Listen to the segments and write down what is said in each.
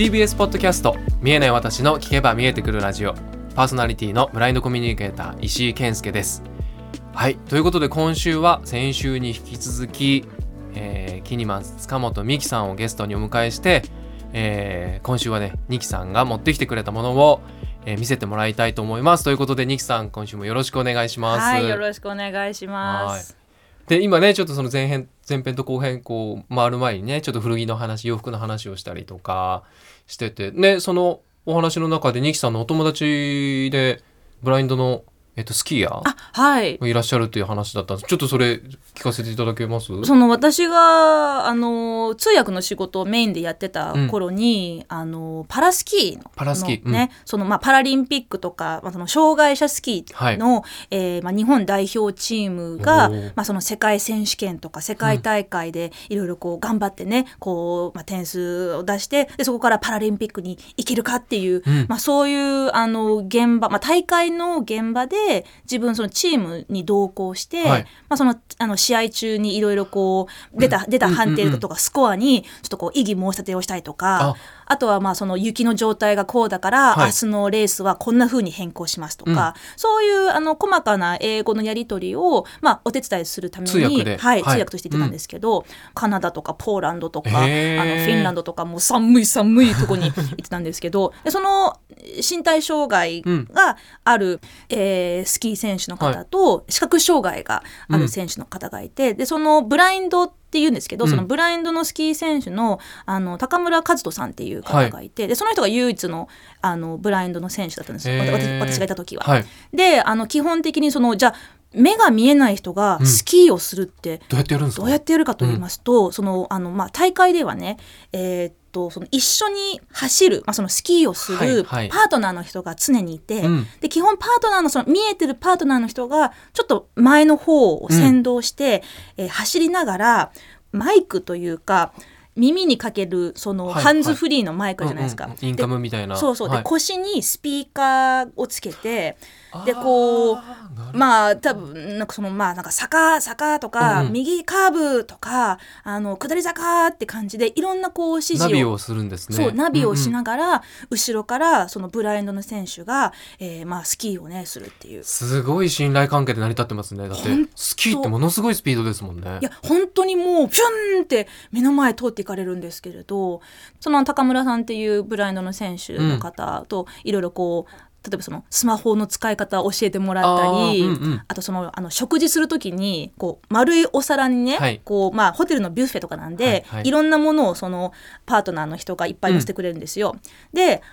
TBS ポッドキャスト見えない私の聞けば見えてくるラジオ、パーソナリティのブラインドコミュニケーター石井健介です。はい、ということで今週は先週に引き続き、キニマンス塚本美希さんをゲストにお迎えして、今週はねニキさんが持ってきてくれたものを、見せてもらいたいと思います。ということでニキさん、今週もよろしくお願いします。 はい、よろしくお願いします。 で今ねちょっとその前編と後編こう回る前にねちょっと古着の話、洋服の話をしたりとかしててね、そのお話の中でニキさんのお友達でブラインドのスキーヤーはい、 いらっしゃるという話だったんです。ちょっとそれ聞かせていただけます？ 私が通訳の仕事をメインでやってた頃に、パラスキーのね、パラリンピックとか、その障害者スキーの、日本代表チームが、その世界選手権とか世界大会でいろいろこう頑張ってねこう、点数を出してでそこからパラリンピックに行けるかっていう、そういう現場、大会の現場で自分そのチームに同行して、その試合中にいろいろこう出た判定とかスコアにちょっとこう異議申し立てをしたりとか、あとはその雪の状態がこうだから、明日のレースはこんな風に変更しますとか、そういう細かな英語のやり取りを、お手伝いするために通訳として言ってたんですけど、カナダとかポーランドとかフィンランドとかもう寒いとこに行ってたんですけどでその身体障害がある、スキー選手の方と視覚障害がある選手の方がいて、でそのブラインドっていうんですけど、そのブラインドのスキー選手の、高村和人さんっていう方がいて、でその人が唯一の、ブラインドの選手だったんですよ、私がいた時は。で基本的にじゃあ目が見えない人がスキーをするってどうやってやるんですか？どうやってやるかと言いますと、大会ではね、その一緒に走る、そのスキーをするパートナーの人が常にいて、で基本パートナーのその見えてるパートナーの人がちょっと前の方を先導して、走りながらマイクというか耳にかけるそのハンズフリーのマイクじゃないですか、 インカムみたいな。 で腰にスピーカーをつけて、でこう多分なんかなんか坂とか、右カーブとか下り坂って感じでいろんなこう指示をナビをするんですね。 そうナビをしながら、後ろからそのブラインドの選手が、スキーをねするっていう、すごい信頼関係で成り立ってますね。だってスキーってものすごいスピードですもんね。 いや本当にもうピュンって目の前通っていかれるんですけれど、その高村さんっていうブラインドの選手の方といろいろこう例えばそのスマホの使い方を教えてもらったり、あと食事するときにこう丸いお皿にね、こうホテルのビュッフェとかなんで、いろんなものをそのパートナーの人がいっぱい乗せてくれるんですよ。で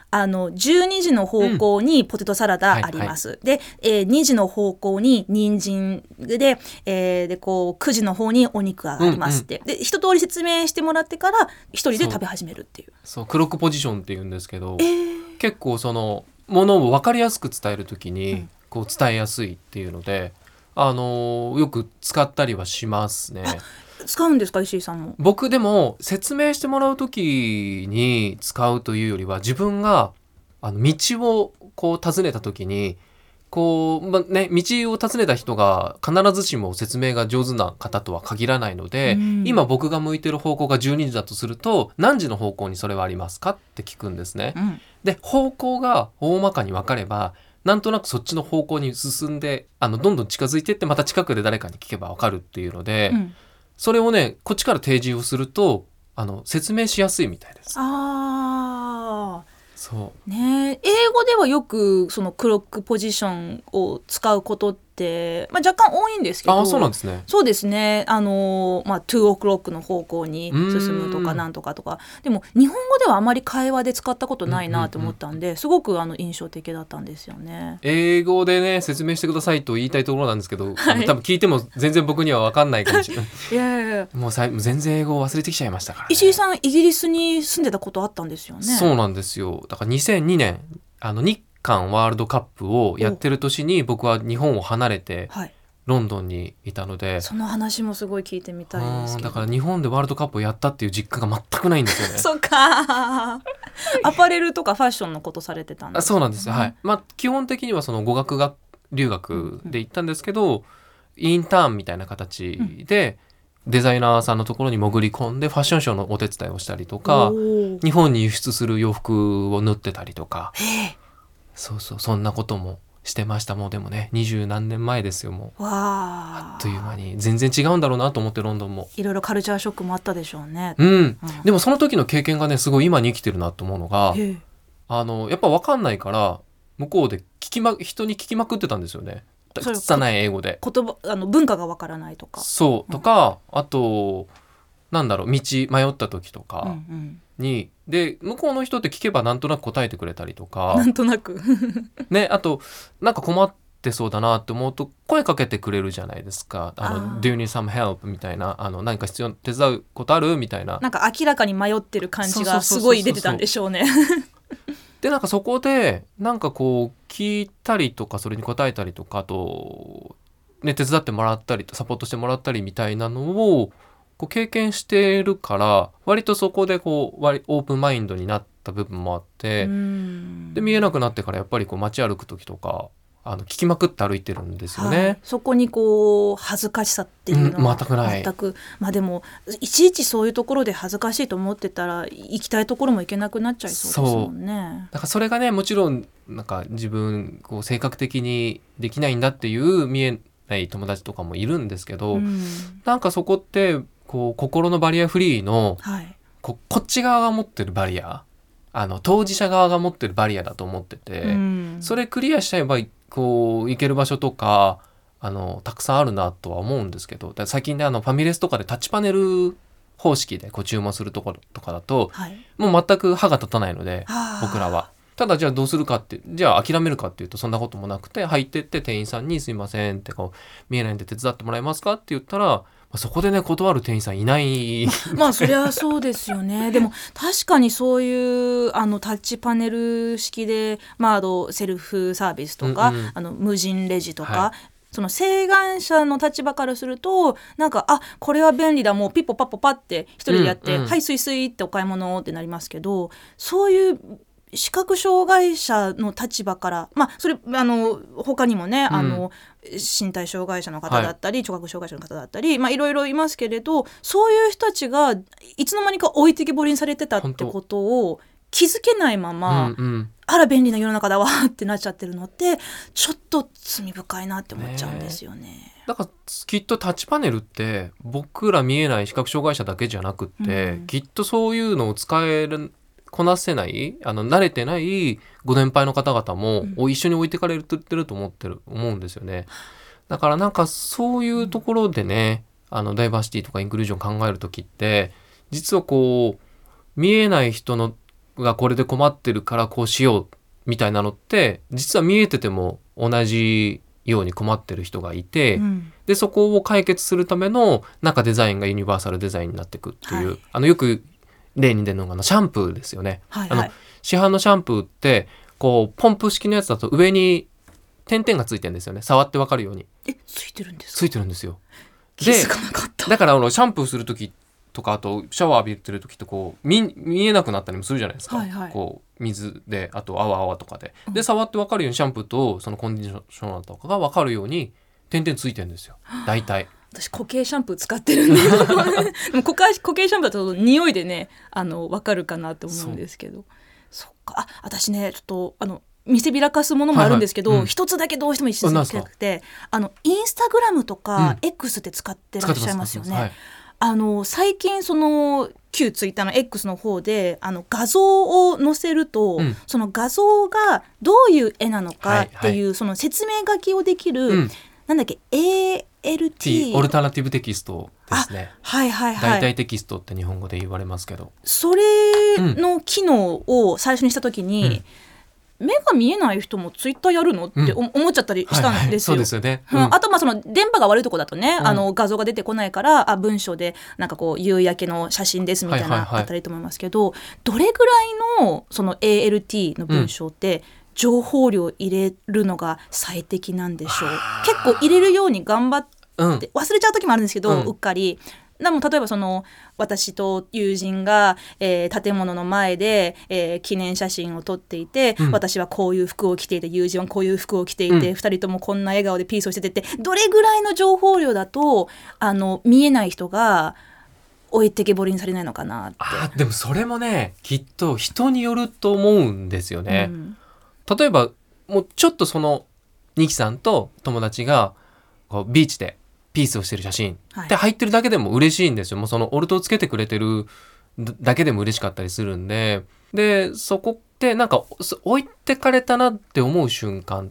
12時の方向にポテトサラダあります、で、2時の方向に人参で、でこう9時の方にお肉がありますって、で一通り説明してもらってから一人で食べ始めるっていう。 そうクロックポジションっていうんですけど、結構そのものを分かりやすく伝えるときにこう伝えやすいっていうので、よく使ったりはしますね。 使うんですか石井さんも？ 僕でも説明してもらうときに使うというよりは、自分が道をこう尋ねたときにこう、道を尋ねた人が必ずしも説明が上手な方とは限らないので、今僕が向いてる方向が12時だとすると何時の方向にそれはありますかって聞くんですね、で方向が大まかに分かればなんとなくそっちの方向に進んでどんどん近づいていって、また近くで誰かに聞けば分かるっていうので、それをねこっちから提示をすると説明しやすいみたいです。 そうね、英語ではよくそのクロックポジションを使うことって、若干多いんですけど。 そうなんですね。 そうですね、2 o'clock の方向に進むとかなんとかとか、でも日本語ではあまり会話で使ったことないなと思ったんで、すごく印象的だったんですよね。 英語でね説明してくださいと言いたいところなんですけど、多分聞いても全然僕には分かんないかもしれないいやもう全然英語を忘れてきちゃいましたからね。 石井さんイギリスに住んでたことあったんですよね？ そうなんですよ。だから2002年日韓ワールドカップをやってる年に僕は日本を離れてロンドンにいたので、 その話もすごい聞いてみたいですけど。 だから日本でワールドカップをやったっていう実感が全くないんですよねそうかアパレルとかファッションのことされてたんですか？ そうなんですよ、基本的にはその語学留学で行ったんですけど、インターンみたいな形でデザイナーさんのところに潜り込んでファッションショーのお手伝いをしたりとか、日本に輸出する洋服を縫ってたりとか、そうそう、そんなこともしてました。もうでもね、20何年前ですよ。もうあっという間に全然違うんだろうなと思って。ロンドンもいろいろカルチャーショックもあったでしょうね。 でもその時の経験がね、すごい今に生きてるなと思うのが、やっぱ分かんないから向こうで人に聞きまくってたんですよね。拙い英語で言葉文化が分からないとか、 そうとか、あとなんだろう、道迷った時とかに、で向こうの人って聞けばなんとなく答えてくれたりとか、 なんとなくね、あとなんか困ってそうだなって思うと声かけてくれるじゃないですか。Do you need some help みたいな、何か手伝うことあるみたいな、 なんか明らかに迷ってる感じがすごい出てたんでしょうね。 でなんかそこでなんかこう聞いたりとか、それに答えたりとか、あと、ね、手伝ってもらったりサポートしてもらったりみたいなのをこう経験してるから、割とそこでこうオープンマインドになった部分もあって、で見えなくなってからやっぱりこう街歩く時とか聞きまくって歩いてるんですよね。 そこにこう恥ずかしさっていうのは全くない。 全く、でもいちいちそういうところで恥ずかしいと思ってたら行きたいところも行けなくなっちゃいそうですもんね。 だからそれがね、もちろんなんか自分こう性格的にできないんだっていう見えない友達とかもいるんですけど、なんかそこってこう心のバリアフリーの、こっち側が持ってるバリア、当事者側が持ってるバリアだと思ってて、それクリアしちゃえばこう行ける場所とかたくさんあるなとは思うんですけど、最近ねファミレスとかでタッチパネル方式でこう注文するところとかだと、もう全く歯が立たないので、僕らはただじゃあどうするかって、じゃあ諦めるかっていうとそんなこともなくて、入ってって店員さんにすいませんってこう見えないんで手伝ってもらえますかって言ったら、そこでね断る店員さんいないそりゃそうですよね。でも確かにそういうタッチパネル式で、セルフサービスとか、無人レジとか、その請願者の立場からするとなんかこれは便利だ、もうピッポパッポパって一人でやって、はいスイスイってお買い物ってなりますけど、そういう視覚障害者の立場から、それ他にもね、身体障害者の方だったり、聴覚障害者の方だったり、いろいろいますけれど、そういう人たちがいつの間にか置いてきぼりにされてたってことを気づけないまま、あら便利な世の中だわってなっちゃってるのってちょっと罪深いなって思っちゃうんですよね。 だからきっとタッチパネルって僕ら見えない視覚障害者だけじゃなくって、きっとそういうのを使えるこなせない慣れてないご年配の方々も、一緒に置いてかれてると思うんですよね。だからなんかそういうところでね、ダイバーシティとかインクルージョン考えるときって、実はこう見えない人のがこれで困ってるからこうしようみたいなのって、実は見えてても同じように困ってる人がいて、でそこを解決するためのなんかデザインがユニバーサルデザインになっていくっていう、よく例に出るのがシャンプーですよね。市販のシャンプーってこうポンプ式のやつだと上に点々がついてるんですよね。触ってわかるように。 ついてるんですか？ ついてるんですよ。 気づかなかった。 だからシャンプーする時とか、あとシャワー浴びてる時ってこう 見えなくなったりもするじゃないですか、こう水で、あと泡とかで、で触ってわかるようにシャンプーとそのコンディショナーとかがわかるように点々ついてるんですよ、大体。 私固形シャンプー使ってるんででも固形シャンプーだと匂いでね分かるかなと思うんですけど、そっか。私ねちょっと見せびらかすものもあるんですけど、一つだけどうしても一緒に聞きたくて、インスタグラムとか X って使ってらっしゃいますよね。最近その旧ツイッターの X の方で画像を載せると、その画像がどういう絵なのかっていう、その説明書きをできる、なんだっけ ALT オルタナティブテキストですね。代替テキストって日本語で言われますけど、 それの機能を最初にした時に、目が見えない人もツイッターやるのって思っちゃったりしたんですよ。 そうですよね。 あとその電波が悪いとこだとね、画像が出てこないから文章でなんかこう夕焼けの写真ですみたいなあったらいいと思いますけど、どれぐらいのその ALT の文章って情報量入れるのが最適なんでしょう。結構入れるように頑張って、忘れちゃう時もあるんですけど、うっかりでも例えば私と友人が、建物の前で、記念写真を撮っていて、私はこういう服を着ていて友人はこういう服を着ていて、2人ともこんな笑顔でピースをしててってどれぐらいの情報量だと見えない人が置いてけぼりにされないのかなって。 でもそれもねきっと人によると思うんですよね、例えばもうちょっとニキさんと友達がこうビーチでピースをしてる写真って入ってるだけでも嬉しいんですよ。もうオルトをつけてくれてるだけでも嬉しかったりするんで、そこってなんか置いてかれたなって思う瞬間って、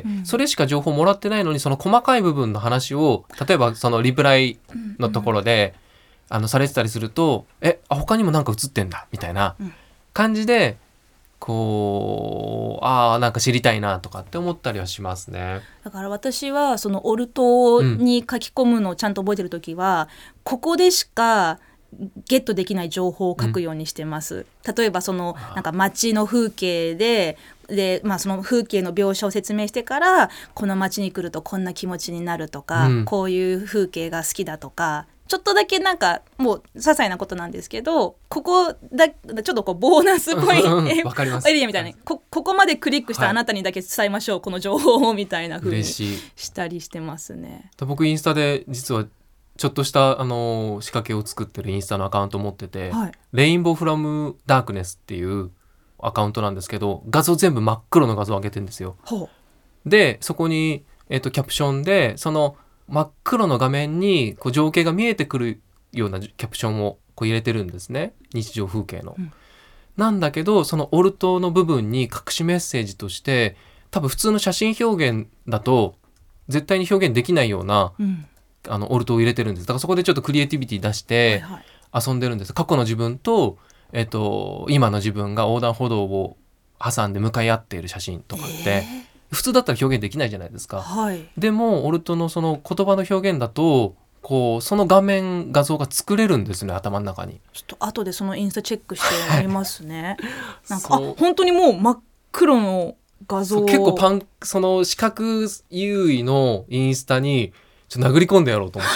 それしか情報もらってないのにその細かい部分の話を例えばリプライのところで、されてたりすると他にもなんか映ってんだみたいな感じでこうなんか知りたいなとかって思ったりはしますね。 だから私はオルトに書き込むのをちゃんと覚えてるときは、ここでしかゲットできない情報を書くようにしてます、例えばなんか街の風景で、その風景の描写を説明してからこの街に来るとこんな気持ちになるとか、こういう風景が好きだとかちょっとだけなんかもう些細なことなんですけど、ここだちょっとボーナスポイントエリアみたいな、ここまでクリックしたあなたにだけ伝えましょう、この情報をみたいな風にしたりしてますね。 僕インスタで実はちょっとした仕掛けを作ってるインスタのアカウント持ってて、レインボーフラムダークネスっていうアカウントなんですけど、画像全部真っ黒の画像を上げてるんですよ。でそこに、キャプションで真っ黒の画面に情景が見えてくるようなキャプションを入れてるんですね、日常風景の、なんだけどオルトの部分に隠しメッセージとして多分普通の写真表現だと絶対に表現できないような、オルトを入れてるんです。だからそこでちょっとクリエイティビティ出して遊んでるんです、過去の自分と、今の自分が横断歩道を挟んで向かい合っている写真とかって、普通だったら表現できないじゃないですか、でもオルトの言葉の表現だとその画像が作れるんですね、頭の中に。 ちょっと後でインスタチェックしてみますねなんか本当にもう真っ黒の画像を結構視覚優位のインスタにちょっと殴り込んでやろうと思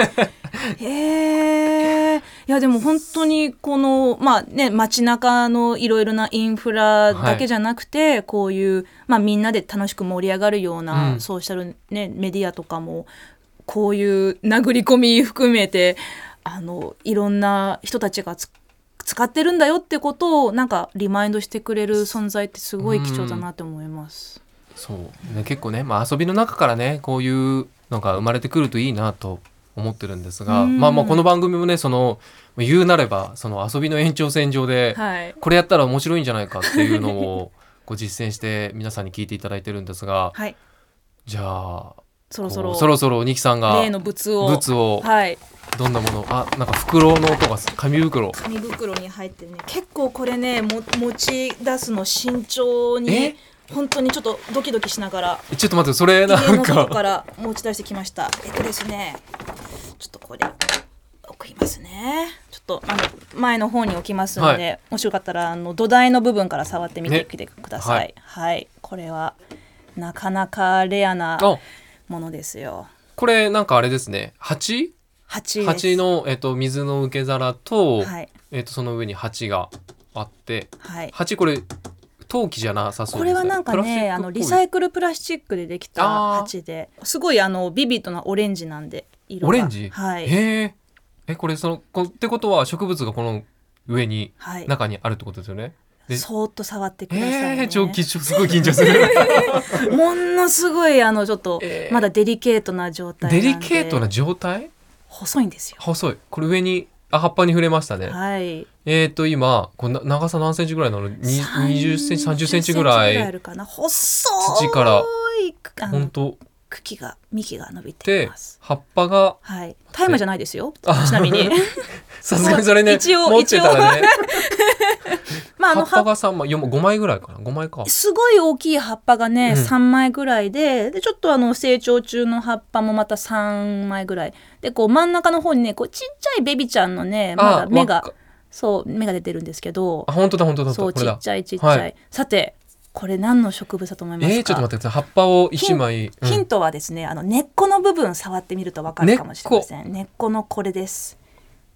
っていやでも本当に街中のいろいろなインフラだけじゃなくて、こういう、みんなで楽しく盛り上がるような、ソーシャル、メディアとかもこういう殴り込み含めていろんな人たちが使ってるんだよってことをなんかリマインドしてくれる存在ってすごい貴重だなと思います。 そうね、結構ね、遊びの中からねこういうのが生まれてくるといいなと思ってるんですが、この番組もね言うなれば遊びの延長線上で、これやったら面白いんじゃないかっていうのを実践して皆さんに聞いていただいてるんですが、じゃあそろそろニキさんが例の物をどんなものなんか袋の音が紙袋に入ってるね。結構これね持ち出すの慎重に本当にちょっとドキドキしながら、 ちょっと待って、それなんか家の外から持ち出してきました。ですね、ちょっとこれ置きますね。ちょっと前の方に置きますので、もしよかったら土台の部分から触ってみてきてください。これはなかなかレアなものですよ。 これなんかあれですね、鉢の、水の受け皿と、その上に鉢があって、鉢これ陶器じゃなさそうですね。 これはなんかねリサイクルプラスチックでできた鉢で、すごいビビッドなオレンジなんで色が。 オレンジ？へえ。これってことは植物がこの上に、中にあるってことですよね。 そーっと触ってくださいね。 すごい緊張するものすごいちょっとまだデリケートな状態なんで。 デリケートな状態？ 細いんですよ。 細い。これ上に葉っぱに触れましたね。今長さ何センチぐらいなの？20センチ30センチぐらい。 あるかな。細い土から本当幹が伸びています。 葉っぱが大麻じゃないですよ。ちなみにさすがにそれね一応持ってたらね葉っぱが3枚5枚ぐらいかな。5枚か。 すごい大きい葉っぱがね、3枚ぐらいでちょっと成長中の葉っぱもまた3枚ぐらいで、真ん中の方にねちっちゃいベビちゃんのねまだ芽が出てるんですけど、 本当だそうちっちゃい、さてこれ何の植物だと思いますか？ ちょっと待ってください。葉っぱを1枚ヒントはですね根っこの部分触ってみると分かるかもしれません。根っこのこれです。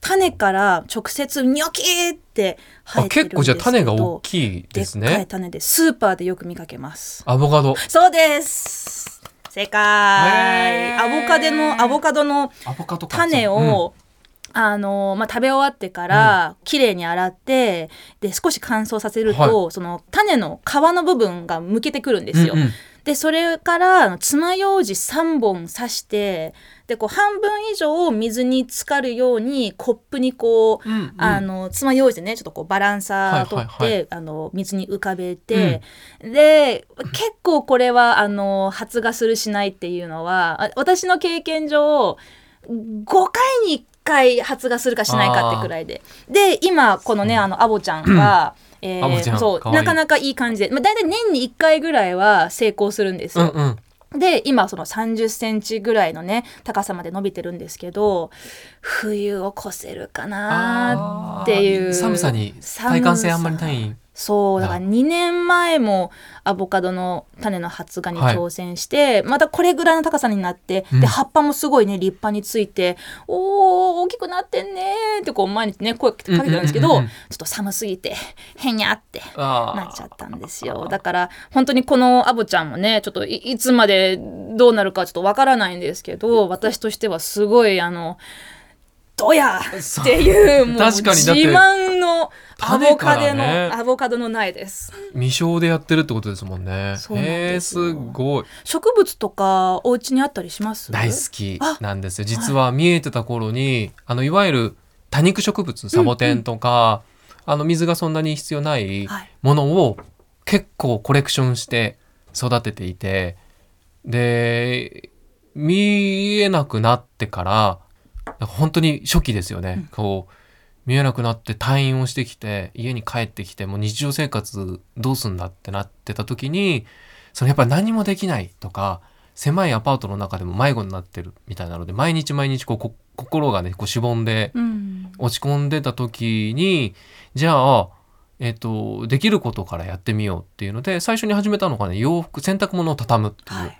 種から直接ニョキーって生えてるんですけど、 結構じゃあ種が大きいですね。 でっかい種でスーパーでよく見かけます。 アボカド。 そうです、正解。アボカドの種を、食べ終わってからきれいに洗って、で少し乾燥させると、その種の皮の部分がむけてくるんですよ。でそれから爪楊枝3本刺して、でこう半分以上水に浸かるようにコップにこう、爪楊枝でねちょっとこうバランサー取って、水に浮かべて、で結構これは発芽するしないっていうのは私の経験上5回に1回発芽するかしないかってくらいで、今このねアボちゃんがそうなかなかいい感じで、だいたい年に1回ぐらいは成功するんですよ。で今その30センチぐらいのね高さまで伸びてるんですけど、冬を越せるかなっていう寒さに耐寒性あんまりない。 そうだから2年前もアボカドの種の発芽に挑戦して、またこれぐらいの高さになって、で葉っぱもすごいね立派について、大きくなってんねってこう毎日ね声かけてるんですけど、ちょっと寒すぎてへにゃってなっちゃったんですよ。だから本当にこのアボちゃんもねちょっと いつまでどうなるかちょっとわからないんですけど、私としてはすごいドヤっていうもう自慢のアボカドの苗です。 未生でやってるってことですもんね。すごい。 植物とかお家にあったりします？ 大好きなんですよ。実は見えてた頃にいわゆる多肉植物サボテンとか、水がそんなに必要ないものを結構コレクションして育てていて、で見えなくなってから本当に初期ですよね、こう見えなくなって退院をしてきて家に帰ってきてもう日常生活どうすんだってなってた時に、やっぱり何もできないとか狭いアパートの中でも迷子になってるみたいなので毎日心がねしぼんで落ち込んでた時に、じゃあできることからやってみようっていうので最初に始めたのがね洗濯物を畳むっていう、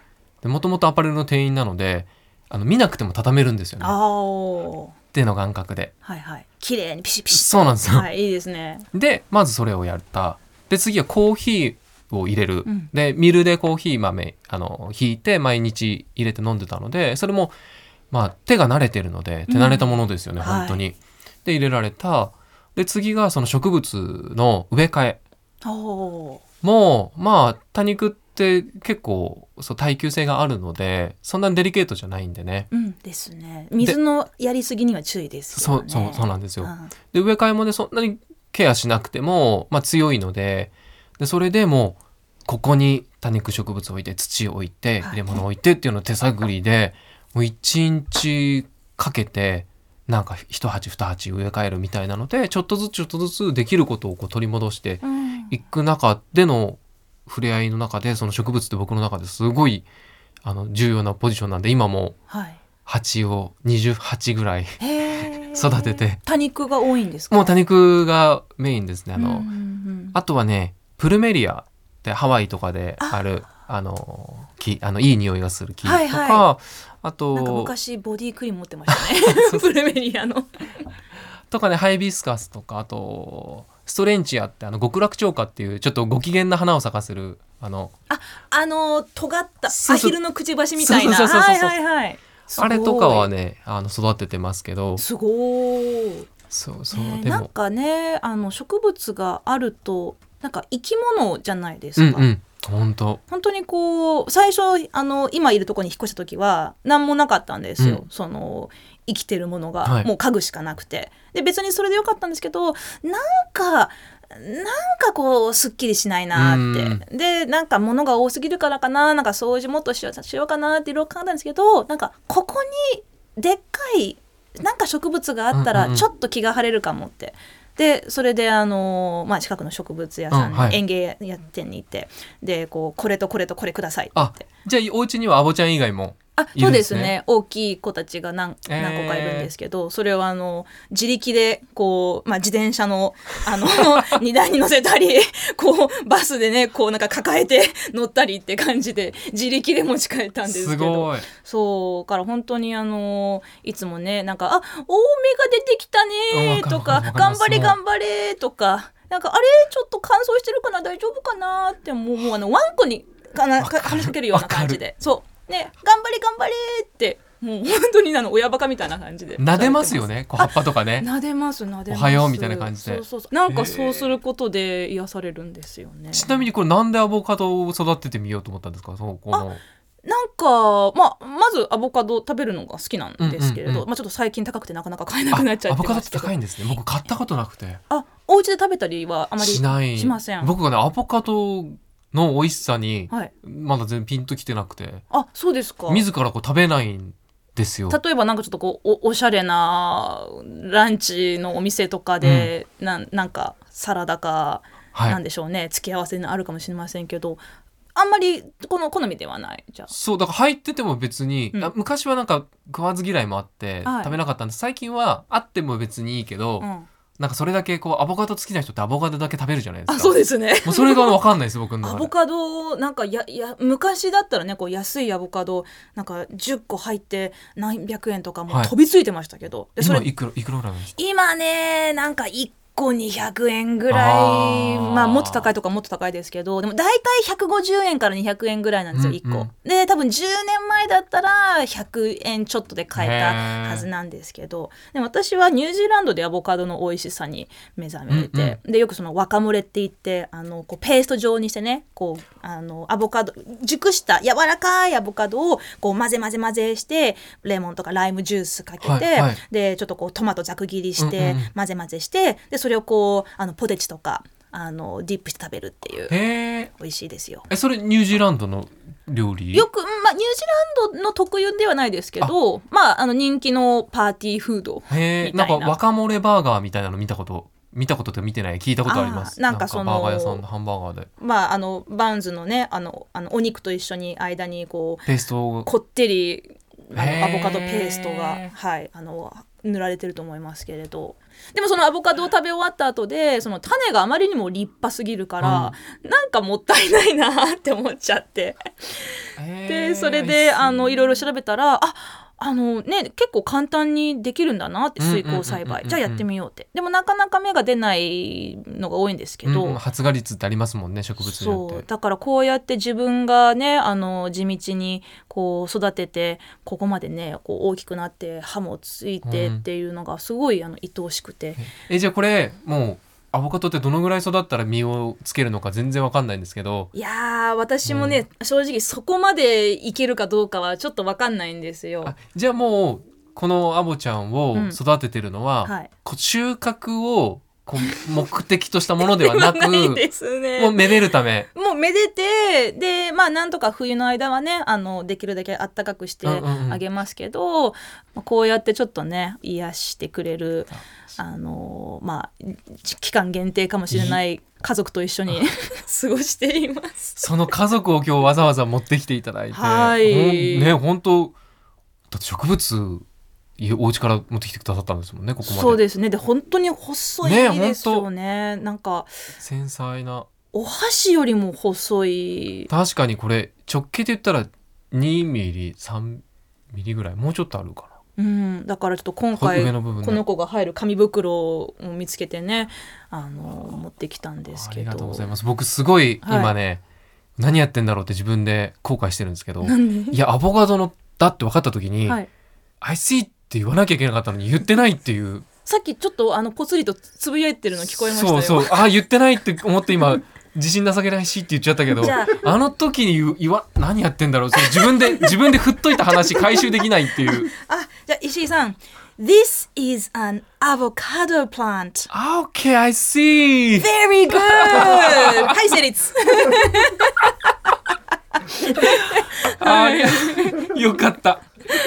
もともとアパレルの店員なので見なくても畳めるんですよね。っていうの感覚で、 綺麗にピシピシ。 そうなんですよ。 いいですね。 でまずそれをやった。で次はコーヒーを入れる。でミルでコーヒー豆ひいて毎日入れて飲んでたので、それも手が慣れてるので手慣れたものですよね、本当に。で入れられた。で次がその植物の植え替え。もう多肉って結構耐久性があるのでそんなにデリケートじゃないんでね。 ですね。水のやりすぎには注意ですよね。 そうなんですよ。で植え替えもねそんなにケアしなくても、強いので、それでもうここに多肉植物を置いて土を置いて入れ物を置いてっていうのを手探りでもう1日かけてなんか1鉢2鉢植え替えるみたいなのでちょっとずつできることを取り戻していく中での触れ合いの中で、その植物って僕の中ですごい重要なポジションなんで、今も鉢を20鉢ぐらい育てて。 多肉が多いんですか？ もう多肉がメインですね。あとはねプルメリアってハワイとかである木、いい匂いがする木とか、あとなんか昔ボディクリーム持ってましたねプルメリアのとかね、ハイビスカスとか、あとストレンチアって極楽鳥花っていうちょっとご機嫌な花を咲かせる尖ったアヒルのくちばしみたいな、 あれとかはね育ててますけど、 すごい。でもなんかね植物があるとなんか生き物じゃないですか。 本当にこう最初今いるところに引っ越した時は何もなかったんですよ、その生きてるものが、もう家具しかなくて、で別にそれでよかったんですけど、なんかこうすっきりしないなって、でなんか物が多すぎるからかな、なんか掃除もっとしようかなっていろいろ考えたんですけど、なんかここにでっかいなんか植物があったらちょっと気が晴れるかもって。でそれで近くの植物屋さんに、園芸店に行って、でこれとこれとこれくださいって言って。 じゃあお家にはアボちゃん以外もそうですね。大きい子たちが何個かいるんですけど、それを自力でこう、自転車の荷台に乗せたりこうバスでねこうなんか抱えて乗ったりって感じで自力で持ち帰ったんですけど、すごい。そうから本当にいつもねなんか大目が出てきたねとか頑張れ頑張れとかなんかあれちょっと乾燥してるかな大丈夫かなってもうワンコに話しかけるような感じでそうね頑張れ頑張れってもう本当に親バカみたいな感じで撫でますよねこう葉っぱとかね撫でますおはようみたいな感じでそうなんかそうすることで癒されるんですよね。 ちなみにこれなんでアボカドを育ててみようと思ったんですか？ なんか、まずアボカド食べるのが好きなんですけれど、ちょっと最近高くてなかなか買えなくなっちゃってますけど。 アボカドって高いんですね。僕買ったことなくて。 お家で食べたりはあまりしません。 僕がねアボカドの美味しさにまだ全然ピンときてなくて、 そうですか。 自らこう食べないんですよ。 例えばなんかちょっとこう おしゃれなランチのお店とかで、なんかサラダかなんでしょうね、付け合わせにあるかもしれませんけど、あんまりこの好みではない。じゃあそうだから入ってても別に、昔はなんか食わず嫌いもあって食べなかったんです。最近はあっても別にいいけど、なんかそれだけこうアボカド好きな人ってアボカドだけ食べるじゃないですか。 そうですね。 もうそれが分かんないです僕の中で。 アボカドなんか昔だったらねこう安いアボカドなんか10個入って何百円とかもう飛びついてましたけど、 今いくらぐらいなんですか？ 今ねなんか1個200円ぐらい、もっと高いとかもっと高いですけど、でも大体150円から200円ぐらいなんですよ、1個。で多分10年前だったら100円ちょっとで買えたはずなんですけど、でも私はニュージーランドでアボカドの美味しさに目覚めて、でよくそのワカモレって言ってこうペースト状にしてねこうアボカド熟した柔らかいアボカドをこう混ぜしてレモンとかライムジュースかけて、でちょっとこうトマトざく切りして混ぜしてでそれをこうポテチとかディップして食べるっていう美味しいですよ。 それニュージーランドの料理？ よく、ニュージーランドの特有ではないですけど人気のパーティーフードみたいな。 なんかワカモレバーガーみたいなの見たことって見てない聞いたことあります。なんかそのバーガー屋さんのハンバーガーでバンズのねお肉と一緒に間にこうペーストこってりアボカドペーストが塗られてると思いますけれど、でもそのアボカドを食べ終わった後でその種があまりにも立派すぎるから、なんかもったいないなって思っちゃって、でそれでいろいろ調べたら結構簡単にできるんだなって水耕栽培、じゃあやってみようって。でもなかなか芽が出ないのが多いんですけど、 発芽率ってありますもんね植物によって。 そうだからこうやって自分がね地道にこう育ててここまでねこう大きくなって葉もついてっていうのがすごい愛おしくて、 じゃあこれもうアボカドってどのぐらい育ったら実をつけるのか全然わかんないんですけど。 いや私もね、正直そこまでいけるかどうかはちょっとわかんないんですよ。 じゃあもうこのアボちゃんを育ててるのは、収穫を目的としたものではなくないですね、 もうめでるため。 もうめでてでなんとか冬の間はねできるだけあったかくしてあげますけど、こうやってちょっとね癒してくれる期間限定かもしれない家族と一緒に過ごしています。 その家族を今日わざわざ持ってきていただいて、ね本当だって植物お家から持ってきてくださったんですもんねここまで。 そうですね。で本当に細いですよね。なんか繊細なお箸よりも細い。 確かにこれ直径で言ったら2ミリ3ミリぐらいもうちょっとあるかな。 だからちょっと今回、この子が入る紙袋を見つけてね持ってきたんですけど。 ありがとうございます。僕すごい今ね、何やってんだろうって自分で後悔してるんですけど、いやアボカドのだって分かった時に、I see って言わなきゃいけなかったのに言ってないっていう。 さっきちょっとぽつりとつぶやいてるの聞こえましたよ。 そう言ってないって思って今自信情けないしって言っちゃったけど、あの時に何やってんだろう、それ自分で振っといた話回収できないっていう。 じゃあ石井さん This is an avocado plant. Okay, I see. Very good. はい成立。 よかった。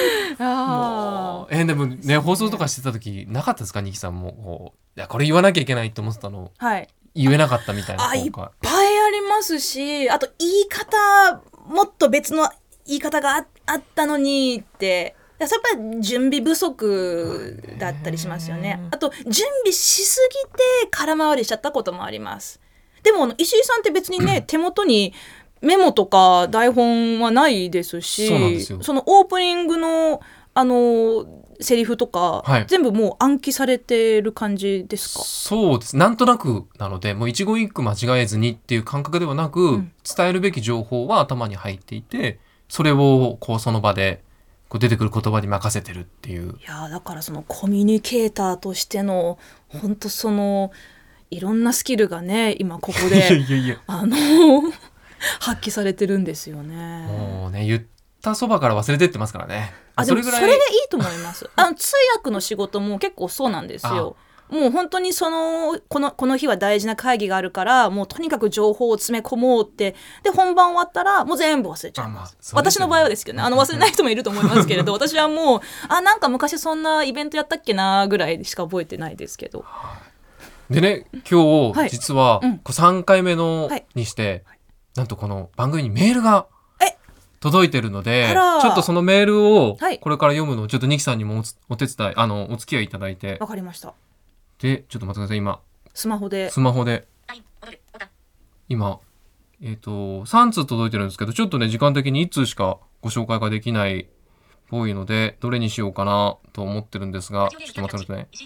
でもね放送とかしてた時なかったですか？ニキさんもいやこれ言わなきゃいけないって思ってたの、言えなかったみたいな。 いっぱいありますし、あと言い方もっと別の言い方があったのにってやっぱり準備不足だったりしますよね。あと準備しすぎて空回りしちゃったこともあります。でも石井さんって別にね手元にメモとか台本はないですし、 そうなんですよ。 そのオープニングのセリフとか、はい、全部もう暗記されてる感じですか？ そうです。なんとなくなのでもう一語一句間違えずにっていう感覚ではなく、伝えるべき情報は頭に入っていて、それをこうその場でこう出てくる言葉に任せてるっていう。いやだからそのコミュニケーターとしての本当そのいろんなスキルがね今ここで発揮されてるんですよね。 もうね言ったそばから忘れてってますからね。 でもそれでいいと思います。通訳の仕事も結構そうなんですよ。もう本当にこの日は大事な会議があるからもうとにかく情報を詰め込もうってで本番終わったらもう全部忘れちゃいます。私の場合はですけどね忘れない人もいると思いますけれど私はもうなんか昔そんなイベントやったっけなぐらいしか覚えてないですけど。 でね今日実は3回目のにして、なんとこの番組にメールが届いてるのでちょっとそのメールをこれから読むのをちょっとニキさんにもお手伝いお付き合いいただいて。 わかりました。 でちょっと待ってください。今スマホで今3通届いてるんですけどちょっとね時間的に1通しかご紹介ができないっぽいのでどれにしようかなと思ってるんですがちょっと待ってください。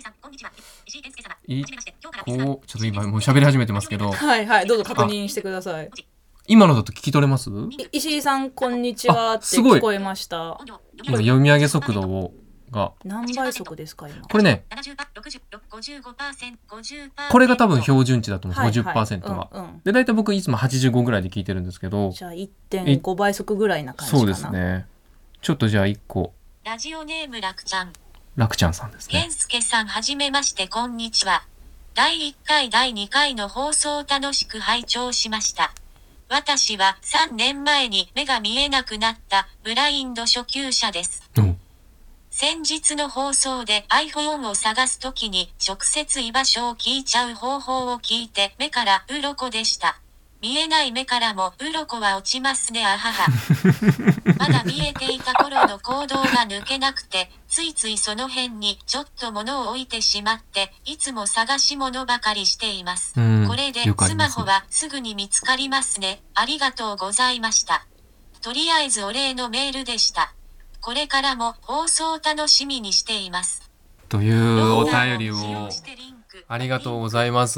ちょっと今もう喋り始めてますけどはいはいどうぞ確認してください。 今のだと聞き取れます？ 石井さんこんにちはって聞こえました。 今読み上げ速度を何倍速ですか今？ これねこれが多分標準値だと思うんです、50% が、で大体僕いつも85ぐらいで聞いてるんですけどじゃあ 1.5 倍速ぐらいな感じかな。 そうですね。ちょっとじゃあ1個ラジオネーム楽ちゃんさんですね。 健介さんはじめましてこんにちは。第1回第2回の放送を楽しく拝聴しました。私は3年前に目が見えなくなったブラインド初級者です。先日の放送で iPhone を探すときに直接居場所を聞いちゃう方法を聞いて目から鱗でした。見えない目からも鱗は落ちますねあはは。まだ見えていた頃の行動が抜けなくてついついその辺にちょっと物を置いてしまっていつも探し物ばかりしています。これでスマホはすぐに見つかりますね。ありがとうございました。とりあえずお礼のメールでした。これからも放送楽しみにしています。 というお便りをありがとうございます。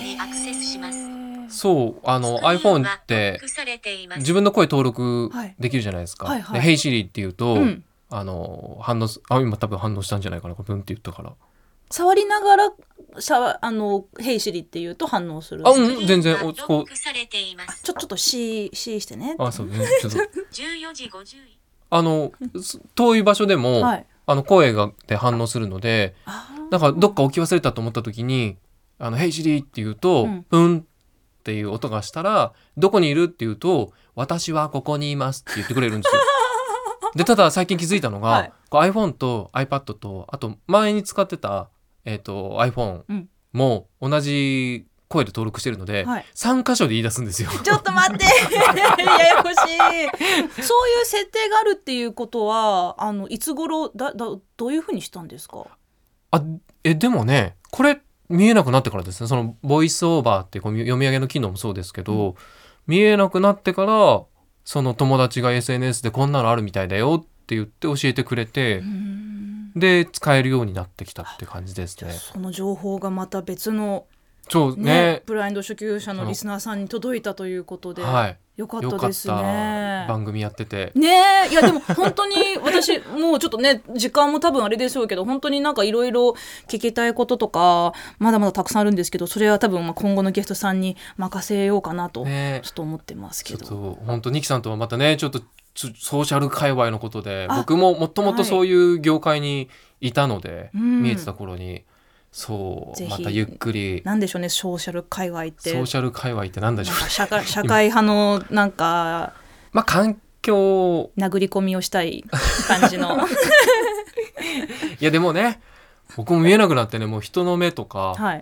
そうiPhone って自分の声登録できるじゃないですか。で Hey Siri って言うと、反応今多分反応したんじゃないかな。ブンって言ったから触りながらHey Siri って言うと反応する。 全然こうちょっと C してね。 そうねちょっと14時50遠い場所でも、声で反応するのでだからどっか置き忘れたと思った時にHey Siri って言うと、っていう音がしたらどこにいるって言うと私はここにいますって言ってくれるんですよ。でただ最近気づいたのが、iPhone と iPad とあと前に使ってた、iPhone も同じ声で登録してるので、3箇所で言い出すんですよ。 ちょっと待ってややこしい。そういう設定があるっていうことはいつ頃どういうふうにしたんですか？ でもねこれ見えなくなってからですね。そのボイスオーバーっていう読み上げの機能もそうですけど、見えなくなってからその友達が SNS でこんなのあるみたいだよって言って教えてくれてで使えるようになってきたって感じですね。 その情報がまた別のそうね、 ブラインド初級者のリスナーさんに届いたということで、よかったですね。 番組やっててね。いやでも本当に私もうちょっとね時間も多分あれでしょうけど本当になんかいろいろ聞きたいこととかまだまだたくさんあるんですけどそれは多分今後のゲストさんに任せようかなとちょっと思ってますけど、 ちょっと本当ニキさんとはまたねちょっとソーシャル界隈のことで僕ももともとそういう業界にいたので、見えてた頃にそうまたゆっくりなんでしょうねソーシャル界隈ってなんでしょう社会派のなんか環境殴り込みをしたい感じのいやでもね僕も見えなくなってねもう人の目とか、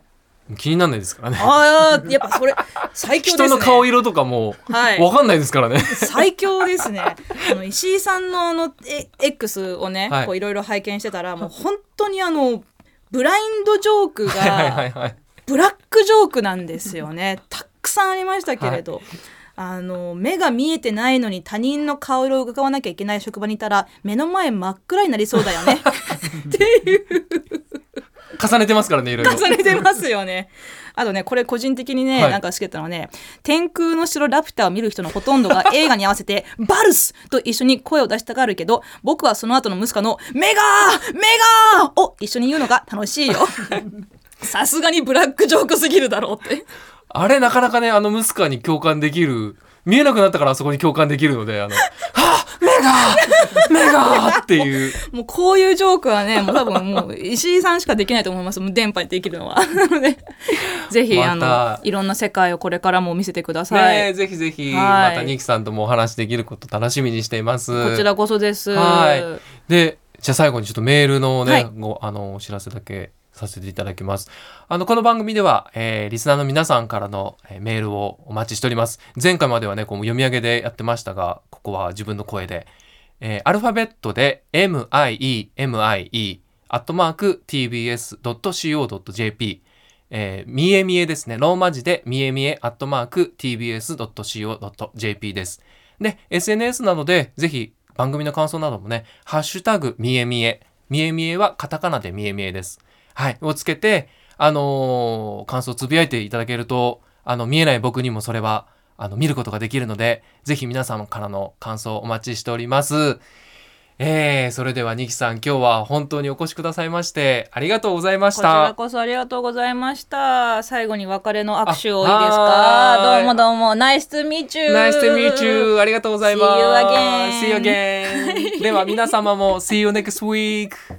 気にならないですからね。 ああ、やっぱそれ最強ですね。 人の顔色とかも分かんないですからね。 最強ですね。石井さんのX をね、こういろいろ拝見してたら、もう本当にブラインドジョークがブラックジョークなんですよね。たくさんありましたけれど、目が見えてないのに他人の顔色を伺わなきゃいけない職場にいたら目の前真っ暗になりそうだよねっていう重ねてますからね、いろいろ重ねてますよね。あとね、これ個人的にね、なんか好きだったのはね、天空の城ラピュタを見る人のほとんどが映画に合わせてバルスと一緒に声を出したがるけど、僕はその後のムスカのメガーを一緒に言うのが楽しいよさすがにブラックジョークすぎるだろうって。 あれなかなかね、ムスカに共感できる、見えなくなったからあそこに共感できるので、はぁメガーっていうもうこういうジョークはね、もう多分もう石井さんしかできないと思います。もう電波にできるのはなのでぜひいろんな世界をこれからも見せてください、 ね、ぜひぜひ、またニキさんともお話できること楽しみにしています。 こちらこそです。 で、じゃあ最後にちょっとメールのね、お知らせだけさせていただきます。この番組では、リスナーの皆さんからの、メールをお待ちしております。前回まではね、こう読み上げでやってましたが、ここは自分の声で、アルファベットで miemie@tbs.co.jp、みえみえですね、ローマ字でみえみえ@tbs.co.jp です。で、SNS などでぜひ番組の感想などもね、ハッシュタグみえみえ、みえみえはカタカナでみえみえです。はい、をつけて、感想をつぶやいていただけると、見えない僕にもそれは見ることができるので、ぜひ皆様からの感想をお待ちしております。それではニキさん、今日は本当にお越しくださいましてありがとうございました。 こちらこそありがとうございました。最後に別れの握手をいいですか。どうもどうも。Nice to meet you。 Nice to meet you。 ありがとうございます。 See you again。 See you again では皆様も See you next week。